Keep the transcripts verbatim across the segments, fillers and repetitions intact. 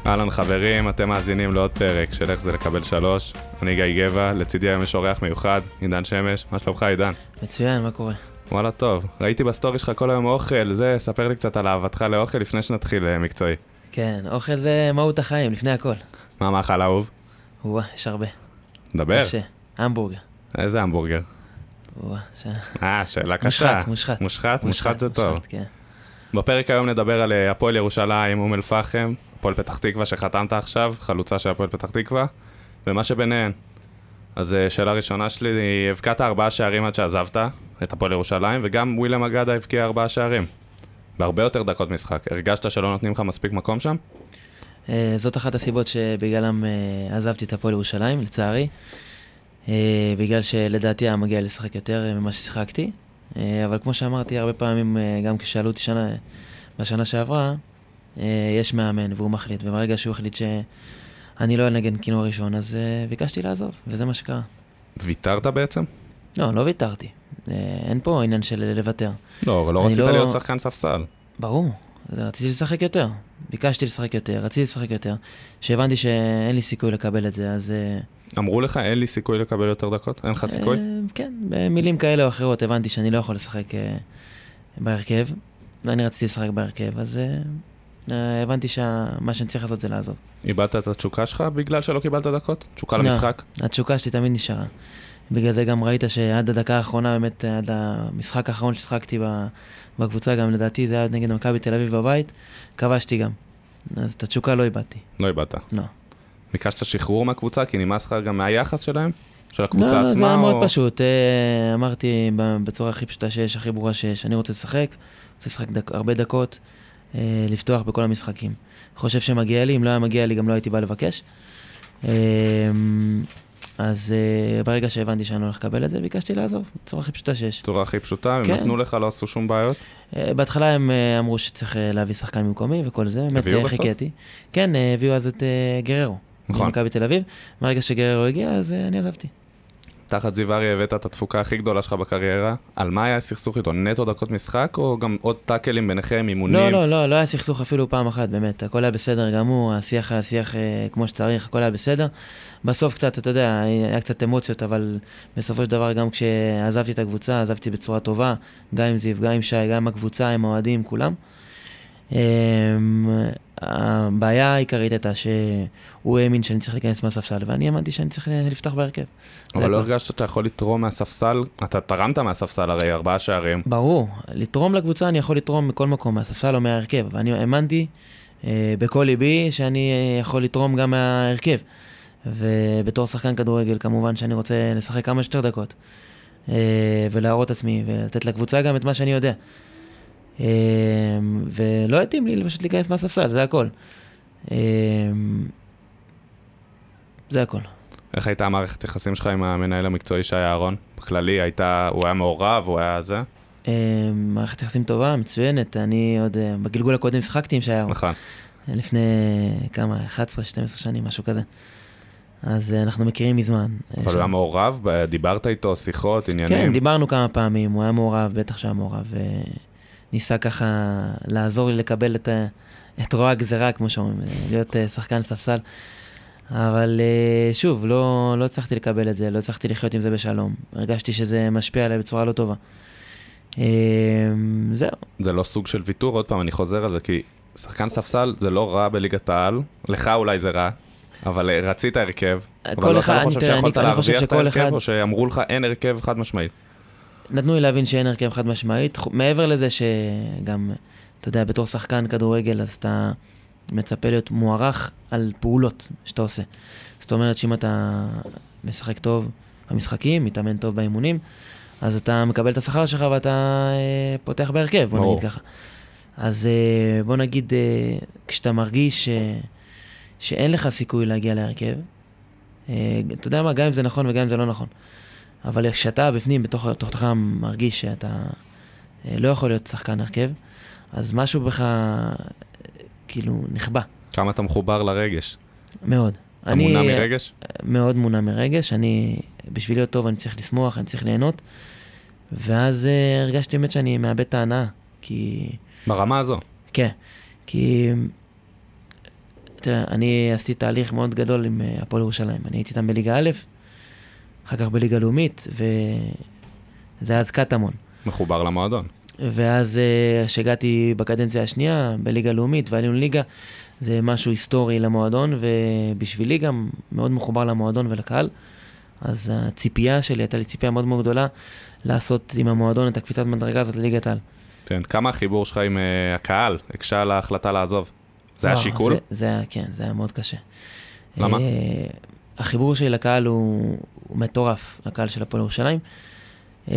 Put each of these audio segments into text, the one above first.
אהלן חברים, אתם מאזינים לעוד פרק של איך זה לקבל שלוש. אני גיא גבע, לצידי היום יש אורח מיוחד, עידן שמש. מה שלומך עידן? מצוין, מה קורה? וואלה טוב, ראיתי בסטורי שלך כל היום אוכל, זה, ספר לי קצת על אהבתך לאוכל לפני שנתחיל מקצועי. כן, אוכל זה מהות החיים, לפני הכל. מה מאכל אהוב? וואה, יש הרבה. דבר. קשה, המבורגר. איזה המבורגר? וואה, ש... אה, שאלה קשה. מושחת, מושחת. מושחת, מושחת זה טוב. כן. בפרק היום נדבר על הפועל ירושלים, אום אל-פחם, הפועל פתח תקווה שחתמת עכשיו, חלוצה של הפועל פתח תקווה, ומה שביניהן. אז שאלה ראשונה שלי, הבקעת ארבעה שערים עד שעזבת את הפועל ירושלים, וגם ווילם אגדה הבקיע ארבעה שערים. בהרבה יותר דקות משחק. הרגשת שלא נותנים לך מספיק מקום שם? זאת אחת הסיבות שבגללם עזבתי את הפועל ירושלים, לצערי. בגלל שלדעתי היה מגיע לשחק יותר ממה ששיחקתי. אבל כמו שאמרתי, הרבה פעמים, גם כששאלו אותי שנה, בשנה שעברה, יש מאמן והוא מחליט, וברגע שהוא החליט שאני לא אנגן כינור ראשון, אז ביקשתי לעזוב, וזה מה שקרה. ויתרת בעצם? לא, לא ויתרתי. אין פה עניין של לוותר. לא, אבל לא רצית לא... להיות שחקן ספסל. ברור, רציתי לשחק יותר. ביקשתי לשחק יותר, רציתי לשחק יותר. שהבנתי שאין לי סיכוי לקבל את זה, אז... אמרו לך, אין לי סיכוי לקבל יותר דקות? אין לך סיכוי? כן, במילים כאלה או אחרות הבנתי שאני לא יכול לשחק בהרכב. אני רציתי לשחק בהרכב, אז הבנתי שמה שאני צריך לעשות זה לעזוב. איבדת את התשוקה שלך בגלל שלא קיבלת דקות? תשוקה למשחק? לא, התשוקה שלי תמיד נשארה. בגלל זה גם ראית שעד הדקה האחרונה, באמת עד המשחק האחרון ששחקתי בקבוצה, גם לדעתי זה היה נגד מכבי תל אביב בבית, כבשתי גם. אז את התשוקה לא איבדתי. לא איבדת? לא. ביקשת שחרור מהקבוצה, כי נמאס לך גם מהיחס שלהם? של הקבוצה עצמה? לא, זה היה או... מאוד פשוט. אמרתי בצורה הכי פשוטה שיש, הכי ברורה שיש, אני רוצה לשחק, רוצה לשחק דק, הרבה דקות, לפתוח בכל המשחקים. חושב שמגיע לי, אם לא היה מגיע לי, גם לא הייתי בא לבקש. אז uh, ברגע שהבנתי שאני לא הולך לקבל את זה, ביקשתי לעזוב, בצורה הכי פשוטה שיש. בצורה הכי פשוטה, כן. הם נתנו לך, לא עשו שום בעיות? Uh, בהתחלה הם uh, אמרו שצריך uh, להביא שחקן במקומי וכל זה, באמת הביאו uh, חיכיתי. כן, uh, הביאו אז את uh, גררו, נכון. ממכבי תל אביב. ברגע שגררו הגיע, אז uh, אני עזבתי. תחת זיו אריה הבאת את התפוקה הכי גדולה שלך בקריירה. על מה היה סכסוך איתו? נטו דקות משחק או גם עוד טאקלים ביניכם, אימונים? לא, לא, לא, לא היה סכסוך אפילו פעם אחת, באמת. הכל היה בסדר גמור, השיח היה שיח uh, כמו שצריך, הכל היה בסדר. בסוף קצת, אתה יודע, היה קצת אמוציות, אבל בסופו של דבר גם כשעזבתי את הקבוצה, עזבתי בצורה טובה, גם עם זיו, גם עם שי, גם עם הקבוצה, עם האוהדים, כולם. הבעיה העיקרית הייתה שהוא האמין שאני צריך להיכנס מהספסל, ואני האמנתי שאני צריך לפתוח בהרכב. אבל לא הרגשת שאתה יכול לתרום מהספסל? אתה תרמת מהספסל הרי ארבעה שערים. ברור, לתרום לקבוצה אני יכול לתרום מכל מקום, מהספסל או מההרכב, ואני האמנתי בכל ליבי שאני יכול לתרום גם מההרכב. ובתור שחקן כדורגל כמובן שאני רוצה לשחק כמה שיותר דקות ולהראות עצמי ולתת לקבוצה גם את מה שאני יודע. ולא התאים לי פשוט להיכנס מהספסל, זה הכל. זה הכל. איך הייתה המערכת יחסים שלך עם המנהל המקצועי שי אהרון? בכללי, הייתה, הוא היה מעורב, הוא היה זה? מערכת יחסים טובה, מצוינת. אני עוד בגלגול הקודם שחקתי עם שי אהרון. נכון. לפני כמה, אחת עשרה שתים עשרה שנים, משהו כזה. אז אנחנו מכירים מזמן. אבל הוא היה מעורב? דיברת איתו, שיחות, עניינים? כן, דיברנו כמה פעמים, הוא היה מעורב, בטח שהיה מעורב, וניסה ככה לעזור לי לקבל את, את רוע הגזרה, כמו שאומרים, להיות שחקן ספסל. אבל שוב, לא, לא הצלחתי לקבל את זה, לא הצלחתי לחיות עם זה בשלום. הרגשתי שזה משפיע עליי בצורה לא טובה. זהו. זה לא סוג של ויתור, עוד פעם, אני חוזר על זה, כי שחקן ספסל זה לא רע בליגת העל, לך אולי זה רע. אבל רצית הרכב, אבל לא אתה לא חושב שיכולת להרוויח את ההרכב, או שאמרו לך אין הרכב חד משמעית? נתנו לי להבין שאין הרכב חד משמעית, מעבר לזה שגם, אתה יודע, בתור שחקן כדורגל, אז אתה מצפה להיות מוערך על פעולות שאתה עושה. זאת אומרת שאם אתה משחק טוב במשחקים, מתאמן טוב באימונים, אז אתה מקבל את השכר שלך ואתה פותח בהרכב, בוא נגיד ככה. אז בוא נגיד, כשאתה מרגיש שאין לך סיכוי להגיע להרכב, אתה יודע מה, גם אם זה נכון וגם אם זה לא נכון. אבל כשאתה בפנים, בתוך תוכך מרגיש שאתה לא יכול להיות שחקן הרכב, אז משהו בך כאילו נחבא. כמה אתה מחובר לרגש? מאוד. אתה מונע מרגש? מאוד מונע מרגש. אני, בשביל להיות טוב, אני צריך לשמוח, אני צריך ליהנות. ואז הרגשתי באמת שאני מאבד את ההנאה. כי... ברמה הזו? כן. כי... תראה, אני עשיתי תהליך מאוד גדול עם הפועל ירושלים. אני הייתי איתם בליגה א', אחר כך בליגה לאומית, וזה היה אז קטמון. מחובר למועדון. ואז שהגעתי בקדנציה השנייה, בליגה לאומית, ועלינו ליגה, זה משהו היסטורי למועדון, ובשבילי גם מאוד מחובר למועדון ולקהל. אז הציפייה שלי, הייתה לי ציפייה מאוד מאוד גדולה, לעשות עם המועדון את הקפיצת מדרגה הזאת לליגת העל. כן, כמה החיבור שלך עם uh, הקהל הקשה על ההחלטה לעזוב? זה היה שיקול? זה, זה היה, כן, זה היה מאוד קשה. למה? Uh, החיבור שלי לקהל הוא, הוא מטורף, לקהל של הפועל ירושלים. Uh,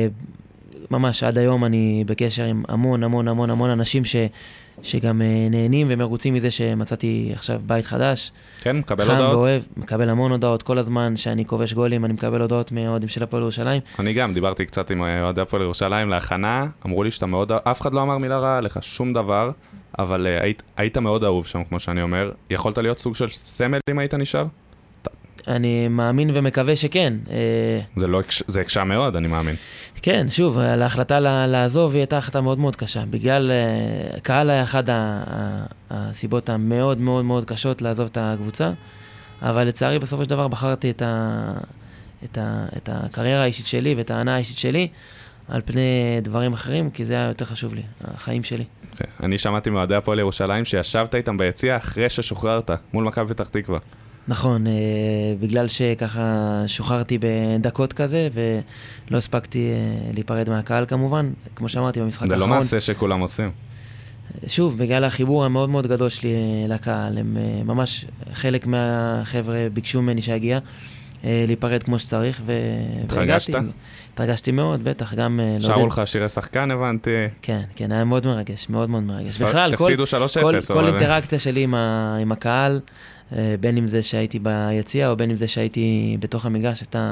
ממש, עד היום אני בקשר עם המון, המון, המון, המון אנשים ש, שגם uh, נהנים ומרוצים מזה שמצאתי עכשיו בית חדש. כן, מקבל חם הודעות? ואוהב, מקבל המון הודעות כל הזמן שאני כובש גולים, אני מקבל הודעות מהאוהדים של הפועל ירושלים. אני גם, דיברתי קצת עם אוהדי הפועל ירושלים להכנה, אמרו לי שאתה מאוד, אף אחד לא אמר מילה רעה עליך, שום דבר, אבל uh, היית, היית מאוד אהוב שם, כמו שאני אומר. יכולת להיות סוג של סמל אם היית נשאר? אני מאמין ומקווה שכן. זה לא, זה הקשה מאוד, אני מאמין. כן, שוב, ההחלטה לעזוב היא הייתה החלטה מאוד מאוד קשה. בגלל, קהל היה אחד הסיבות המאוד מאוד מאוד קשות לעזוב את הקבוצה, אבל לצערי בסופו של דבר בחרתי את, ה, את, ה, את הקריירה האישית שלי ואת הענה האישית שלי על פני דברים אחרים, כי זה היה יותר חשוב לי, החיים שלי. Okay. אני שמעתי מאוהדי הפועל ירושלים שישבת איתם ביציע אחרי ששוחררת מול מכבי פתח תקווה. נכון, אה, בגלל שככה שוחררתי בדקות כזה, ולא הספקתי אה, להיפרד מהקהל כמובן, כמו שאמרתי במשחק האחרון. זה לא מעשה שכולם עושים. שוב, בגלל החיבור המאוד מאוד גדול שלי אה, לקהל, הם אה, ממש, חלק מהחבר'ה ביקשו ממני שהגיע, אה, להיפרד כמו שצריך, ו... התרגשת? התרגשתי מאוד, בטח, גם... שרו לך שירי שחקן, הבנתי. כן, כן, היה מאוד מרגש, מאוד מאוד מרגש. בכלל, הפסידו שלוש אפס. כל אינטראקציה שלי עם, ה, עם הקהל, בין אם זה שהייתי ביציע, או בין אם זה שהייתי בתוך המגרש, הייתה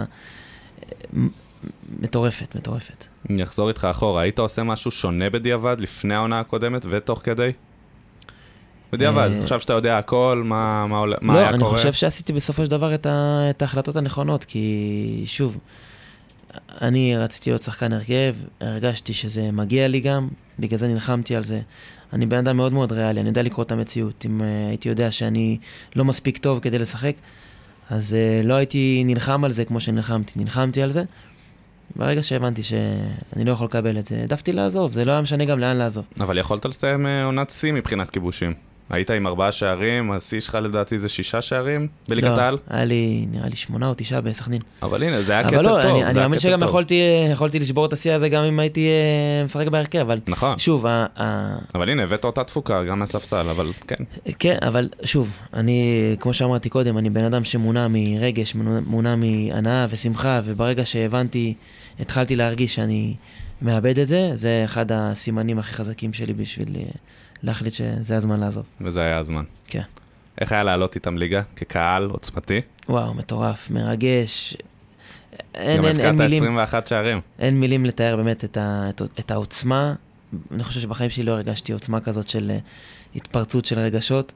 מטורפת, מטורפת. אני אחזור איתך אחורה, היית עושה משהו שונה בדיעבד, לפני העונה הקודמת ותוך כדי? בדיעבד, עכשיו שאתה יודע הכל, מה, מה, מה לא, היה קורה? לא, אני חושב שעשיתי בסופו של דבר את, ה, את ההחלטות הנכונות, כי שוב, אני רציתי להיות שחקן הרכב, הרגשתי שזה מגיע לי גם, בגלל זה נלחמתי על זה. אני בן אדם מאוד מאוד ריאלי, אני יודע לקרוא את המציאות. אם uh, הייתי יודע שאני לא מספיק טוב כדי לשחק, אז uh, לא הייתי נלחם על זה כמו שנלחמתי. נלחמתי על זה, ברגע שהבנתי שאני לא יכול לקבל את זה, העדפתי לעזוב, זה לא היה משנה גם לאן לעזוב. אבל יכולת לסיים עונת שיא מבחינת כיבושים. היית עם ארבעה שערים, השיא שלך לדעתי זה שישה שערים בליגת העל? לא, היה לי, נראה לי שמונה או תשעה בסכנין. אבל הנה, זה היה קצב טוב. אבל לא, אני מאמין שגם יכולתי, יכולתי לשבור את השיא הזה גם אם הייתי משחק בהרכב, אבל נכון. שוב, ה... אבל הנה, הבאת אותה תפוקה, גם מהספסל, אבל כן. כן, אבל שוב, אני, כמו שאמרתי קודם, אני בן אדם שמונע מרגש, מונע מהנאה ושמחה, וברגע שהבנתי, התחלתי להרגיש שאני מאבד את זה, זה אחד הסימנים הכי חזקים שלי בשביל להחליט שזה הזמן לעזוב. וזה היה הזמן. כן. איך היה לעלות איתם ליגה? כקהל עוצמתי? וואו, מטורף, מרגש. אין, גם הבקעת עשרים ואחת שערים. אין מילים לתאר באמת את, ה, את, את העוצמה. אני חושב שבחיים שלי לא הרגשתי עוצמה כזאת של התפרצות של רגשות.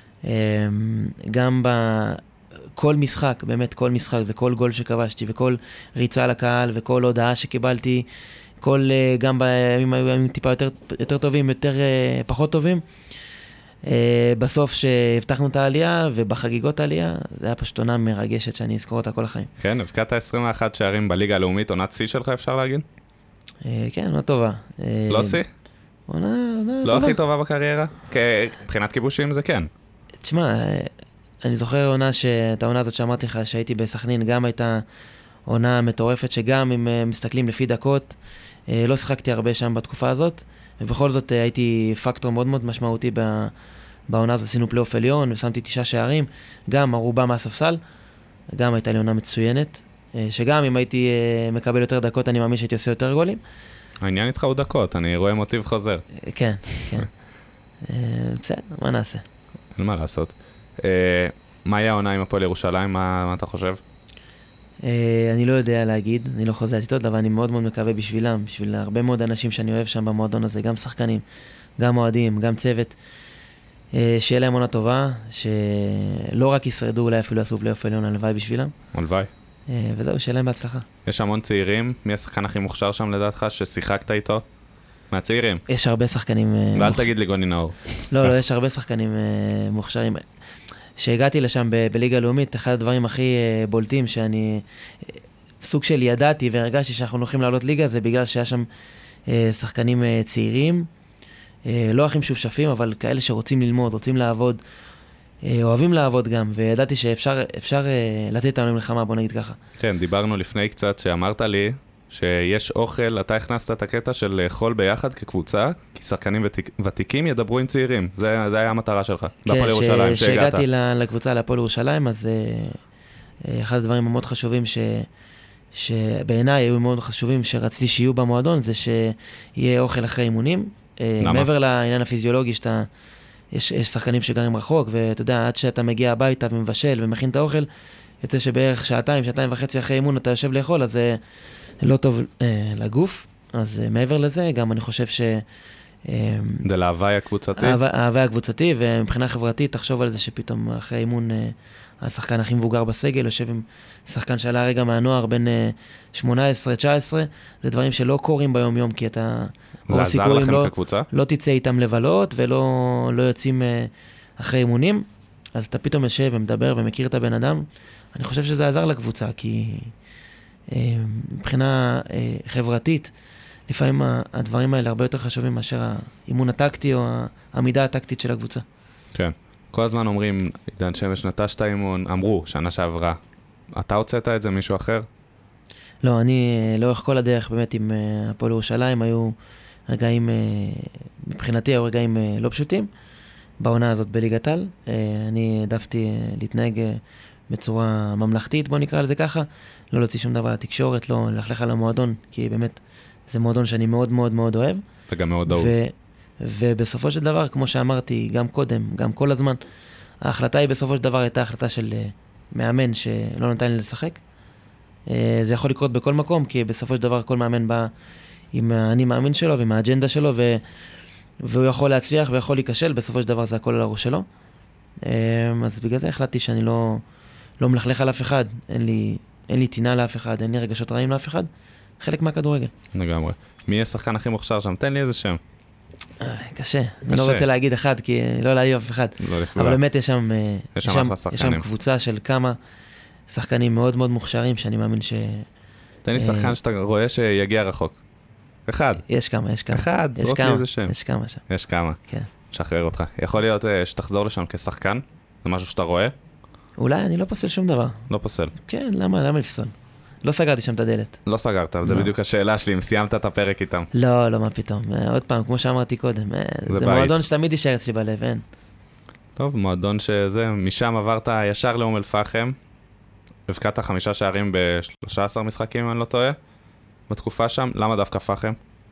גם בכל משחק, באמת כל משחק וכל גול שכבשתי וכל ריצה לקהל וכל הודעה שקיבלתי, כל, גם בימים היו טיפה יותר, יותר טובים, יותר פחות טובים. בסוף שהבטחנו את העלייה ובחגיגות העלייה, זה היה פשוט עונה מרגשת שאני אזכור אותה כל החיים. כן, הבקעת עשרים ואחת שערים בליגה הלאומית, עונת שיא שלך אפשר להגיד? כן, עונה טובה. לא שיא? עונה טובה. לא הכי טובה בקריירה? מבחינת כיבושים זה כן. תשמע, אני זוכר עונה את העונה הזאת שאמרתי לך שהייתי בסכנין, גם הייתה עונה מטורפת שגם אם מסתכלים לפי דקות, לא שחקתי הרבה שם בתקופה הזאת, ובכל זאת הייתי פקטור מאוד מאוד משמעותי בעונה הזאת, עשינו פלייאוף עליון ושמתי תשעה שערים, גם הרובה מהספסל, גם הייתה לי עונה מצוינת, שגם אם הייתי מקבל יותר דקות, אני מאמין שהייתי עושה יותר גולים. העניין איתך הוא דקות, אני רואה מוטיב חוזר. כן, כן. בסדר, מה נעשה? אין מה לעשות. מה היה העונה עם הפועל ירושלים? מה אתה חושב? אני לא יודע להגיד, אני לא חוזה עתידות, אבל אני מאוד מאוד מקווה בשבילם, בשביל הרבה מאוד אנשים שאני אוהב שם במועדון הזה, גם שחקנים, גם אוהדים, גם צוות, שיהיה להם עונה טובה, שלא רק ישרדו, אולי אפילו עשו פלייאוף עליון, הלוואי בשבילם. הלוואי. וזהו, שיהיה להם בהצלחה. יש המון צעירים, מי השחקן הכי מוכשר שם לדעתך, ששיחקת איתו? מהצעירים. יש הרבה שחקנים... ואל תגיד לי גוני נאור. לא, לא, יש הרבה שחקנים מוכשרים. שהגעתי לשם ב- בליגה לאומית, אחד הדברים הכי uh, בולטים שאני uh, סוג של ידעתי והרגשתי שאנחנו הולכים לעלות ליגה, זה בגלל שהיה שם uh, שחקנים uh, צעירים, uh, לא הכי משופשפים, אבל כאלה שרוצים ללמוד, רוצים לעבוד, uh, אוהבים לעבוד גם, וידעתי שאפשר אפשר, uh, לתת אותם למלחמה, בוא נגיד ככה. כן, דיברנו לפני קצת שאמרת לי שיש אוכל, אתה הכנסת את הקטע של לאכול ביחד כקבוצה, כי שחקנים ותיק, ותיקים ידברו עם צעירים. זה, זה היה המטרה שלך, בהפועל ירושלים, שהגעת. כשהגעתי לקבוצה להפועל ירושלים, אז uh, אחד הדברים המאוד חשובים ש... שבעיניי היו מאוד חשובים שרציתי שיהיו במועדון, זה שיהיה אוכל אחרי אימונים. למה? מעבר לעניין הפיזיולוגי, שאתה, יש, יש שחקנים שגרים רחוק, ואתה יודע, עד שאתה מגיע הביתה ומבשל ומכין את האוכל, יוצא שבערך שעתיים, שעתיים וחצי אחרי אימון אתה יושב לאכול, אז זה לא טוב אה, לגוף. אז אה, מעבר לזה, גם אני חושב ש... אה, זה להווי הקבוצתי? ההווי הקבוצתי, ומבחינה חברתית, תחשוב על זה שפתאום אחרי אימון... אה, השחקן הכי מבוגר בסגל, יושב עם שחקן שעלה רגע מהנוער בין שמונה עשרה תשע עשרה, זה דברים שלא קורים ביום יום, כי אתה... זה עזר לכם לא, כקבוצה? לא תצא איתם לבלות, ולא לא יוצאים אחרי אימונים, אז אתה פתאום יושב ומדבר ומכיר את הבן אדם. אני חושב שזה עזר לקבוצה, כי מבחינה חברתית, לפעמים הדברים האלה הרבה יותר חשובים מאשר האימון הטקטי או העמידה הטקטית של הקבוצה. כן. כל הזמן אומרים, עידן שמש נטש את האימון, אמרו, שנה שעברה. אתה הוצאת את זה, מישהו אחר? לא, אני לאורך כל הדרך באמת עם הפועל ירושלים, היו רגעים, מבחינתי היו רגעים לא פשוטים, בעונה הזאת בליגת העל. אני העדפתי להתנהג בצורה ממלכתית, בוא נקרא לזה ככה, לא להוציא שום דבר לתקשורת, לא ללכלך על המועדון, כי באמת זה מועדון שאני מאוד מאוד מאוד אוהב. וגם מאוד אהוב. ובסופו של דבר, כמו שאמרתי, גם קודם, גם כל הזמן, ההחלטה היא בסופו של דבר הייתה החלטה של uh, מאמן שלא נתן לי לשחק. Uh, זה יכול לקרות בכל מקום, כי בסופו של דבר כל מאמן בא עם האני מאמין שלו ועם האג'נדה שלו, ו... והוא יכול להצליח ויכול להיכשל, בסופו של דבר זה הכל על הראש שלו. Uh, אז בגלל זה החלטתי שאני לא, לא מלכלך על אף אחד, אין לי, אין לי טינה לאף אחד, אין לי רגשות רעים לאף אחד, חלק מהכדורגל. לגמרי. מי יהיה השחקן הכי מוכשר שם? תן לי איזה שם. קשה, אני לא רוצה להגיד אחד, כי לא להעיב אף אחד, אבל באמת יש שם יש שם קבוצה של כמה שחקנים מאוד מאוד מוכשרים, שאני מאמין ש... תן לי שחקן שאתה רואה שיגיע רחוק. אחד. יש כמה, יש כמה. אחד, זרוק לי איזה שם. יש כמה שם. יש כמה. כן. שחרר אותך. יכול להיות שתחזור לשם כשחקן? זה משהו שאתה רואה? אולי, אני לא פוסל שום דבר. לא פוסל. כן, למה, למה לפסול? לא סגרתי שם את הדלת. לא סגרת, אבל זה בדיוק השאלה שלי, אם סיימת את הפרק איתם. לא, לא, מה פתאום. עוד פעם, כמו שאמרתי קודם, זה מועדון שתמיד יישאר אצלי בלב, אין. טוב, מועדון שזה, משם עברת ישר לאום אל-פחם, הבקעת חמישה שערים ב-שלושה עשר משחקים, אם אני לא טועה, בתקופה שם. למה דווקא פחם?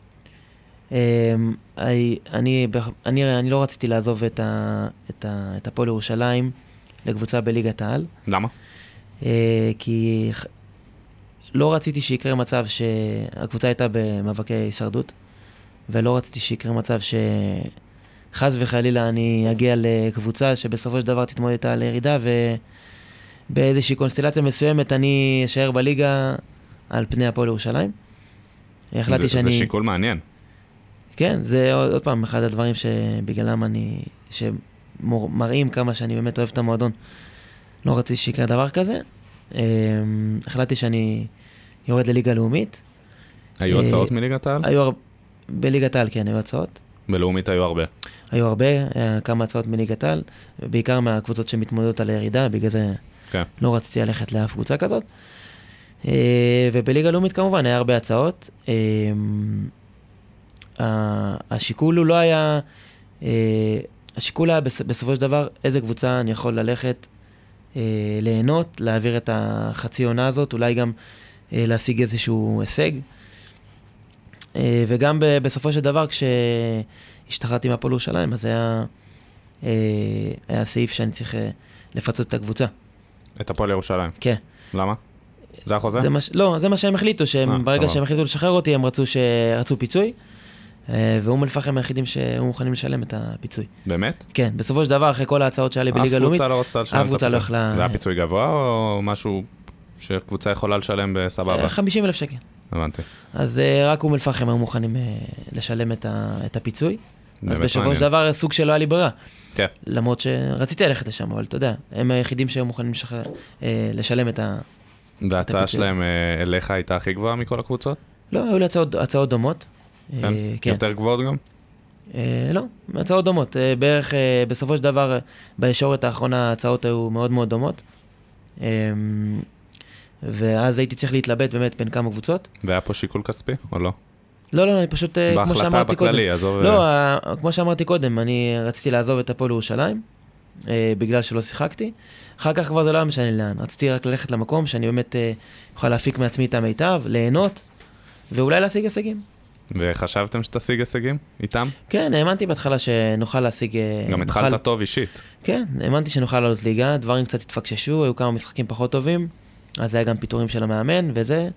אני לא רציתי לעזוב את הפועל ירושלים לקבוצה בליגת העל. למה? כי... לא רציתי שיקרה מצב שהקבוצה הייתה במאבקי הישרדות, ולא רציתי שיקרה מצב שחס וחלילה אני אגיע לקבוצה שבסופו של דבר תתמודד איתה על ירידה, ובאיזושהי קונסטלציה מסוימת אני אשאר בליגה על פני הפועל ירושלים. זה, שאני... זה שיקול מעניין. כן, זה עוד, עוד פעם אחד הדברים שבגללם אני, שמראים כמה שאני באמת אוהב את המועדון. לא רציתי שיקרה דבר כזה. החלטתי שאני יורד לליגה לאומית. היו הצעות מליגת העל? היו בליגת העל, כן, היו הצעות. בלאומית היו הרבה? היו הרבה, כמה הצעות מליגת העל, בעיקר מהקבוצות שמתמודדות על הירידה, בגלל זה לא רציתי ללכת לאף קבוצה כזאת. ובליגה לאומית כמובן היה הרבה הצעות. השיקול הוא לא היה, השיקול היה בסופו של דבר איזה קבוצה אני יכול ללכת ליהנות, להעביר את החצי עונה הזאת, אולי גם להשיג איזשהו הישג. וגם בסופו של דבר, כשהשתחררתי מהפועל ירושלים, אז היה, היה סעיף שאני צריך לפצות את הקבוצה. את הפועל ירושלים? כן. למה? זה החוזה? זה מה, לא, זה מה שהם החליטו, שברגע שהם החליטו לשחרר אותי, הם רצו, רצו פיצוי, ואום אל-פחם היחידים שהיו מוכנים לשלם את הפיצוי. באמת? כן, בסופו של דבר, אחרי כל ההצעות שהיה לי בליגה לאומית, אף קבוצה לא רצתה לשלם את הפיצוי. זה היה פיצוי גבוה או משהו שקבוצה יכולה לשלם בסבבה? חמישים אלף שקל. הבנתי. אז רק אום אל-פחם היו מוכנים לשלם את הפיצוי, אז בשבוע של דבר סוג שלא היה לי ברירה. כן. למרות שרציתי ללכת לשם, אבל אתה יודע, הם היחידים שהיו מוכנים לשחרר, אה, לשלם את ה... וההצעה שלהם אה, אליך הייתה הכי גבוהה מכל הקבוצות? לא, היו לי הצעות, הצעות דומות. כן? אה, כן. יותר גבוהות גם? אה, לא, הצעות דומות. אה, בערך, אה, בסופו של דבר, בישורת האחרונה ההצעות היו מאוד מאוד דומות. אה, ואז הייתי צריך להתלבט באמת בין כמה קבוצות. והיה פה שיקול כספי, או לא? לא, לא, אני פשוט, אה, כמו שאמרתי קודם. בכללי, עזוב... לא, אה, כמו שאמרתי קודם, אני רציתי לעזוב את הפועל ירושלים, אה, בגלל שלא שיחקתי. אחר כך כבר זה לא היה משנה לאן. רציתי רק ללכת למקום שאני באמת אה, אוכל להפיק מעצמי את המיטב, ליהנות, ואולי להשיג הישגים. וחשבתם שתשיג הישגים איתם? כן, האמנתי בהתחלה שנוכל להשיג... גם התחלת נוכל... טוב אישית. כן, האמנתי שנוכל לעלות ליגה, דברים קצת התפקששו, היו כמה משחקים פחות טובים, אז היה גם פיתורים של המאמן וזה,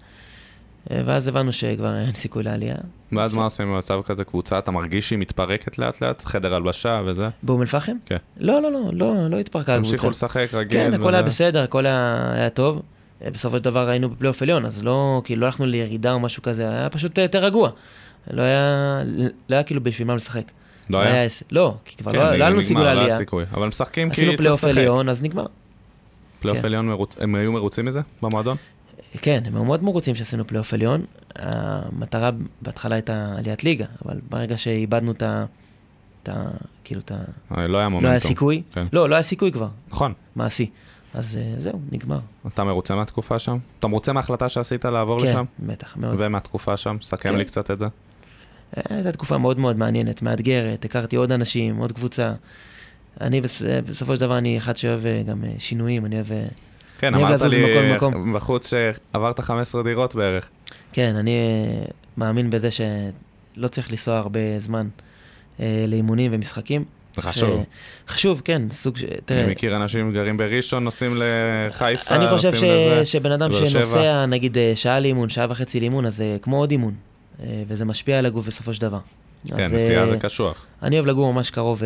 ואז הבנו שכבר אין סיכוי לעלייה. ואז מה עושים במצב כזה קבוצה? אתה מרגיש שהיא מתפרקת לאט לאט? חדר הלבשה וזה? באום אל-פחם? כן. לא, לא, לא, לא, לא התפרקה הקבוצה. המשיכו לשחק רגיל. כן, הכל היה בסדר, הכל היה טוב. בסופו של דבר היינו בפלייאוף עליון, אז לא, כאילו, לא הלכנו לירידה או משהו כזה, היה פשוט יותר רגוע. לא היה, לא היה כאילו בשביל מה לשחק. לא היה? היה... לא, כי כבר כן, לא, לא היה לנו סיגול לעלייה. סיכוי, אבל משחקים כי צריך לשחק. עשינו פלייאוף עליון, אז נגמר. פלייאוף עליון, מרוצ... הם היו מרוצים מזה במועדון? כן, הם מאוד מרוצים שעשינו פלייאוף עליון. המטרה בהתחלה הייתה עליית ליגה, אבל ברגע שאיבדנו את ה... את ה... כאילו את ה... לא היה מומנטום. לא היה סיכוי. כן. לא, לא היה סיכוי כבר. נכון. מעשי. אז זהו, נגמר. אתה מרוצה מהתקופה שם? אתה מרוצה מההחלטה שעשית לעבור כן, לשם? כן, בטח, מאוד. ומהתקופה שם? סכם כן. לי קצת את זה. הייתה תקופה מאוד מאוד מעניינת, מאתגרת, הכרתי עוד אנשים, עוד קבוצה. אני בסופו של דבר, אני אחד שאוהב גם שינויים, אני אוהב... כן, אמרת לי בחוץ שעברת חמש עשרה דירות בערך. כן, אני מאמין בזה שלא צריך לנסוע הרבה זמן לאימונים ומשחקים. זה חשוב. חשוב, כן, סוג ש... תראה... אני מכיר אנשים גרים בראשון, נוסעים לחיפה, אני חושב שבן אדם שנוסע, נגיד, שעה לאימון, שעה וחצי לאימון, אז זה כמו עוד אימון, וזה משפיע על הגוף בסופו של דבר. כן, נסיעה זה קשוח. אני אוהב לגור ממש קרוב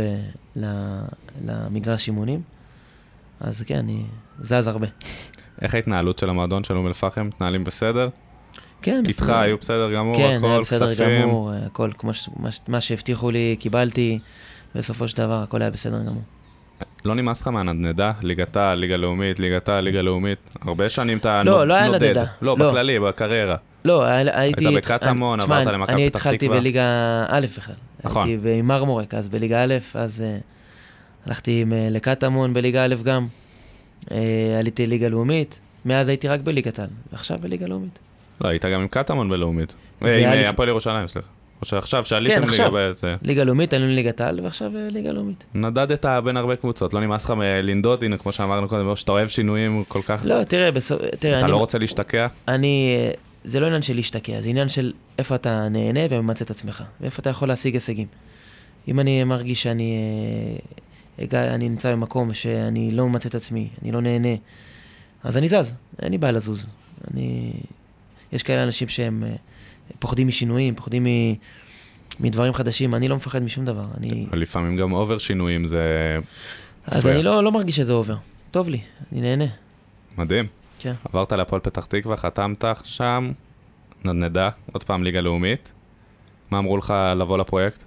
למגרש אימונים, אז כן, אני זז הרבה. איך ההתנהלות של המועדון של אום אל-פחם? מתנהלים בסדר? כן, איתך היו בסדר גמור, כן, הכל, בסדר כספים. גמור, הכל, כמו ש... מה שהבטיחו לי, קיבלתי, בסופו של דבר, הכל היה בסדר גמור. לא נמאס לך מהנדנדה? ליגתה, ליגה לאומית, ליגתה, ליגה לאומית? הרבה שנים אתה לא, נודד. לא היה נדנדה. לא, לא. בכללי, בקריירה. לא, הייתי... היית בקטמון, עברת למכבי פתח תקווה. אני התחלתי בליגה א' בכלל. נכון. הייתי עם מרמורק, אז בליגה א', אז uh, הלכתי לקטמון בליגה א' גם. Uh, עליתי ליגה לאומית, מאז הייתי רק בליגת על, ועכשיו בליגה לאומית. לא, היית גם עם קטמון בלאומית. עם הפועל ירושלים, סליחה. או שעכשיו, שעליתם ליגה באיזה... ליגה לאומית, עלינו ליגת על, ועכשיו ליגה לאומית. נדדת בין הרבה קבוצות, לא נמאס לך לנדוד, הנה, כמו שאמרנו קודם, שאתה אוהב שינויים כל כך... לא, תראה, תראה... אתה לא רוצה להשתקע? אני... זה לא עניין של להשתקע, זה עניין של איפה אתה נהנה וממצא את עצמך, ואיפה אתה יכול להשיג הישגים. אם אני מרגיש שאני... אני נמצא במקום שאני לא ממצא את עצמי, אני לא נהנה, אז אני זז, אין לי בעיה לזוז. אני... יש כאלה אנשים שהם פוחדים משינויים, פוחדים מ... מדברים חדשים, אני לא מפחד משום דבר. אני... לפעמים גם אובר שינויים זה... אז אני לא, לא מרגיש שזה אובר. טוב לי, אני נהנה. מדהים. כן. עברת להפועל פתח תקווה, חתמת שם, נדנדה, עוד פעם ליגה לאומית. מה אמרו לך לבוא לפרויקט?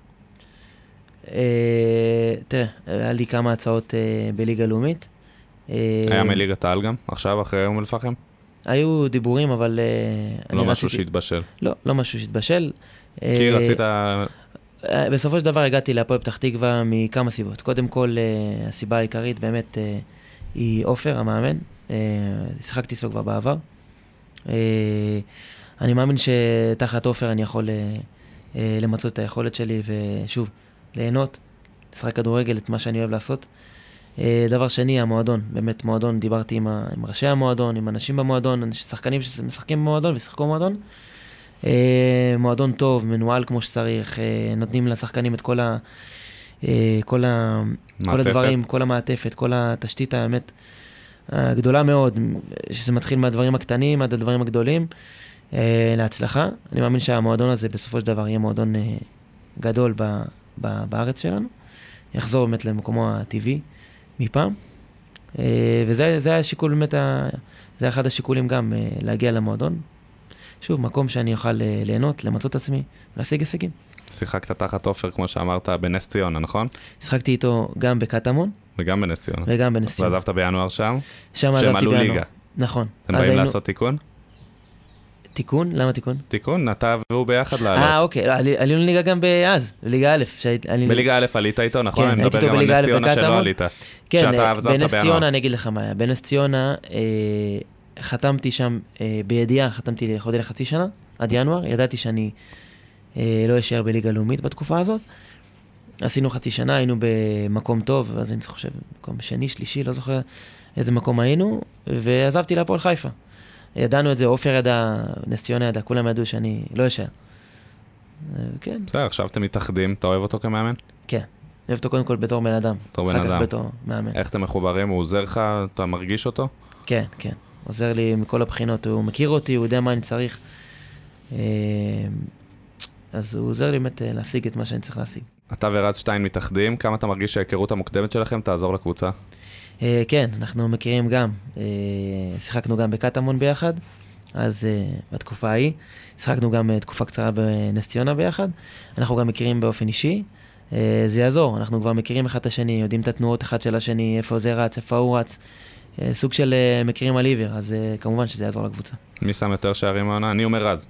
אה, תראה, היה לי כמה הצעות אה, בליגה לאומית. אה, היה מליגת העל גם, עכשיו, אחרי אום אל-פחם? היו דיבורים, אבל... לא משהו שהתבשל. לא, לא משהו שהתבשל. כי רצית... בסופו של דבר הגעתי להפועל פתח תקווה מכמה סיבות. קודם כל, הסיבה העיקרית באמת היא עופר, המאמן. שיחקתי אצלו כבר בעבר. אני מאמין שתחת עופר אני יכול למצות את היכולת שלי, ושוב, ליהנות, לשחק כדורגל, את מה שאני אוהב לעשות. דבר שני, המועדון, באמת מועדון, דיברתי עם, ה, עם ראשי המועדון, עם אנשים במועדון, שחקנים שמשחקים במועדון ושיחקו במועדון. מועדון טוב, מנוהל כמו שצריך, נותנים לשחקנים את כל, ה, כל, ה, כל הדברים, כל המעטפת, כל התשתית האמת הגדולה מאוד, שזה מתחיל מהדברים הקטנים עד הדברים הגדולים, להצלחה. אני מאמין שהמועדון הזה בסופו של דבר יהיה מועדון גדול ב, ב, בארץ שלנו, יחזור באמת למקומו הטבעי. מפעם, וזה זה השיקול באמת, זה אחד השיקולים גם להגיע למועדון. שוב, מקום שאני אוכל ליהנות, למצות את עצמי, להשיג הישגים. שיחקת תחת עופר, כמו שאמרת, בנס ציונה, נכון? שיחקתי איתו גם בקטמון. וגם בנס ציונה. וגם בנס ציונה. ועזבת בינואר שם? שם עזבתי בינואר. ליגה. נכון. אתם באים היינו... לעשות תיקון? תיקון? למה תיקון? תיקון, אתה והוא ביחד לעלות. אה, אוקיי. עלינו ליגה גם באז, בליגה א'. בליגה א' עלית איתו, נכון? אני מדבר גם על נס ציונה שלא עלית. כן, בנס ציונה, אני אגיד לך מה היה. בנס ציונה, חתמתי שם בידיעה, חתמתי לחודי לחצי שנה, עד ינואר. ידעתי שאני לא אשאר בליגה לאומית בתקופה הזאת. עשינו חצי שנה, היינו במקום טוב, אז אני חושב, מקום שני, שלישי, לא זוכר איזה מקום היינו, ועזבתי להפועל חיפה. ידענו את זה, עופר ידע, נס ציונה ידע, כולם ידעו שאני לא אשאר. כן. בסדר, עכשיו אתם מתאחדים, אתה אוהב אותו כמאמן? כן, אוהב אותו קודם כל בתור בן אדם. בתור בן אדם. אחר כך בתור מאמן. איך אתם מחוברים? הוא עוזר לך? אתה מרגיש אותו? כן, כן. עוזר לי מכל הבחינות, הוא מכיר אותי, הוא יודע מה אני צריך. אז הוא עוזר לי באמת להשיג את מה שאני צריך להשיג. אתה ורז שטיין מתאחדים, כמה אתה מרגיש שההיכרות המוקדמת שלכם תעזור לקבוצה? כן, אנחנו מכירים גם, שיחקנו גם בקטמון ביחד, אז בתקופה ההיא, שיחקנו גם תקופה קצרה בנס ציונה ביחד, אנחנו גם מכירים באופן אישי, זה יעזור, אנחנו כבר מכירים אחד את השני, יודעים את התנועות אחד של השני, איפה זה רץ, איפה הוא רץ, סוג של מכירים על עיוור, אז כמובן שזה יעזור לקבוצה. מי שם יותר שערים העונה? אני אומר רז.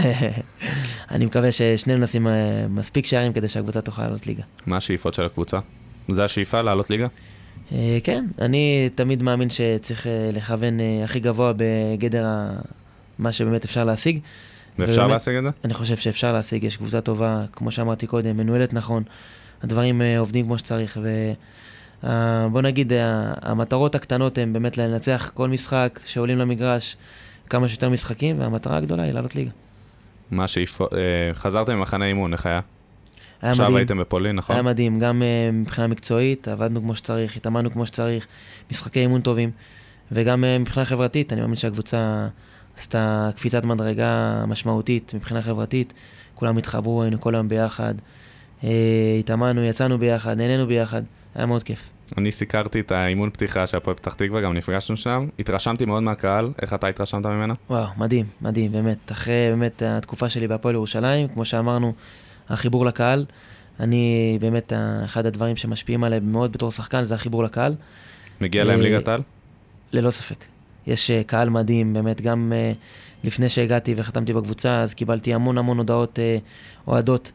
אני מקווה ששנינו נשים מספיק שערים כדי שהקבוצה תוכל לעלות ליגה. מה השאיפות של הקבוצה? זה השאיפה לעלות ליגה? כן, אני תמיד מאמין שצריך לכוון הכי גבוה בגדר מה שבאמת אפשר להשיג. ואפשר להשיג את זה? אני חושב שאפשר להשיג, יש קבוצה טובה, כמו שאמרתי קודם, מנוהלת נכון, הדברים עובדים כמו שצריך, ובוא נגיד, המטרות הקטנות הן באמת לנצח כל משחק שעולים למגרש, כמה שיותר משחקים, והמטרה הגדולה היא לעלות ליגה. מה שאיפות, חזרתם ממחנה אימון, איך היה? היה עכשיו מדהים. הייתם בפולין, נכון? היה מדהים, גם uh, מבחינה מקצועית, עבדנו כמו שצריך, התאמנו כמו שצריך, משחקי אימון טובים, וגם uh, מבחינה חברתית, אני מאמין שהקבוצה עשתה קפיצת מדרגה משמעותית מבחינה חברתית, כולם התחברו, היינו כל היום ביחד, uh, התאמנו, יצאנו ביחד, נהנינו ביחד, היה מאוד כיף. אני סיקרתי את האימון פתיחה של הפועל פתח תקווה, גם נפגשנו שם, התרשמתי מאוד מהקהל, איך אתה התרשמת ממנה? וואו, מדהים, מדהים, באמת, אחרי באמת התקופה שלי בהפועל ירושלים, כמו שאמרנו, החיבור לקהל, אני באמת, אחד הדברים שמשפיעים עליי מאוד בתור שחקן, זה החיבור לקהל. מגיע להם ליגת העל? ללא ספק. יש קהל מדהים, באמת, גם לפני שהגעתי וחתמתי בקבוצה, אז קיבלתי המון המון הודעות, אוהדות,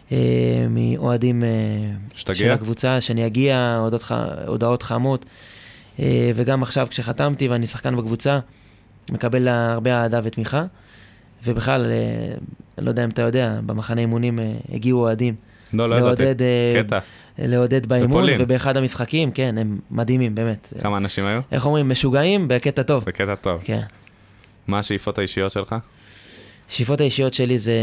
מאוהדים של הקבוצה, שאני אגיע, הודעות חמות, וגם עכשיו כשחתמתי ואני שחקן בקבוצה, מקבל הרבה אהדה ותמיכה, ובכלל, לא יודע אם אתה יודע, במחנה אימונים הגיעו אוהדים. לא, לא ידעתי, קטע. לעודד באימון, ובאחד המשחקים, כן, הם מדהימים, באמת. כמה אנשים היו? איך אומרים, משוגעים בקטע טוב. בקטע טוב. כן. מה השאיפות האישיות שלך? השאיפות האישיות שלי זה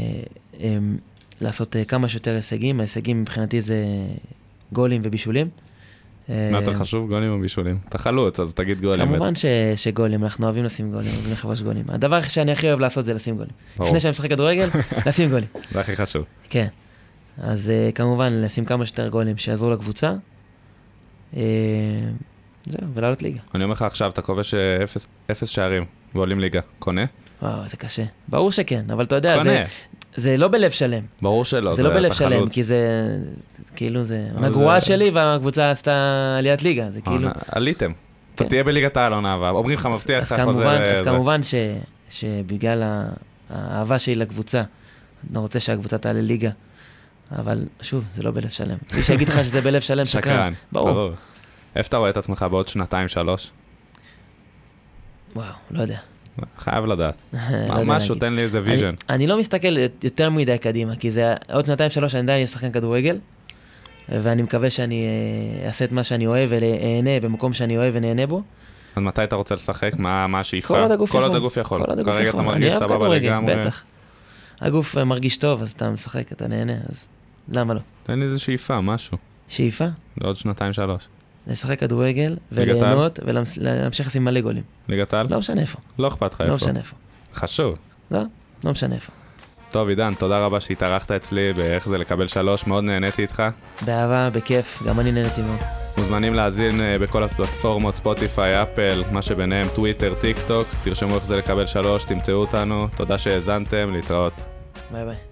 לעשות כמה שיותר הישגים. ההישגים מבחינתי זה גולים ובישולים. מה יותר חשוב? גולים או בישולים? אתה חלוץ, אז תגיד גולים. כמובן שגולים, אנחנו אוהבים לשים גולים, אוהבים לכבוש גולים. הדבר שאני הכי אוהב לעשות זה לשים גולים. לפני שאני משחק כדורגל, לשים גולים. זה הכי חשוב. כן. אז כמובן, לשים כמה שיותר גולים שיעזרו לקבוצה. זהו, ולעלות ליגה. אני אומר לך עכשיו, אתה כובש אפס שערים ועולים ליגה. קונה? וואו, זה קשה. ברור שכן, אבל אתה יודע, זה... זה לא בלב שלם. ברור שלא, זה לא בלב שלם, כי זה, כאילו זה, עונה גרועה שלי, והקבוצה עשתה עליית ליגה, זה כאילו... עליתם. אתה תהיה בליגת העל עונה הבאה, אומרים לך, מבטיח לך חוזר... אז כמובן שבגלל האהבה שלי לקבוצה, אני רוצה שהקבוצה תעלה ליגה, אבל שוב, זה לא בלב שלם. מי שיגיד לך שזה בלב שלם, שקרן. ברור. איפה אתה רואה את עצמך בעוד שנתיים, שלוש? וואו, לא יודע. חייב לדעת. משהו, תן לי איזה ויז'ן. אני לא מסתכל יותר מדי קדימה, כי זה עוד שנתיים שלוש, אני עדיין אשחקן כדורגל, ואני מקווה שאני אעשה את מה שאני אוהב ואהנה במקום שאני אוהב ונהנה בו. אז מתי אתה רוצה לשחק? מה השאיפה? כל עוד הגוף יכול. כל עוד הגוף יכול. כל עוד הגוף יכול. אני אוהב כדורגל, בטח. הגוף מרגיש טוב, אז אתה משחק, אתה נהנה, אז למה לא? תן לי איזה שאיפה, משהו. שאיפה? לעוד שנתיים שלוש. לשחק כדורגל, וליהנות, ולהמשיך לשים מלא גולים. ליגת העל? לא משנה איפה. לא אכפת לך איפה. לא משנה איפה. חשוב. לא, לא משנה איפה. טוב, עידן, תודה רבה שהתארחת אצלי באיך זה לקבל שלוש, מאוד נהניתי איתך. באהבה, בכיף, גם אני נהניתי מאוד. מוזמנים להזין בכל הפלטפורמות, ספוטיפיי, אפל, מה שביניהם, טוויטר, טיק טוק, תרשמו איך זה לקבל שלוש, תמצאו אותנו, תודה שהאזנתם, להתראות. ביי ביי.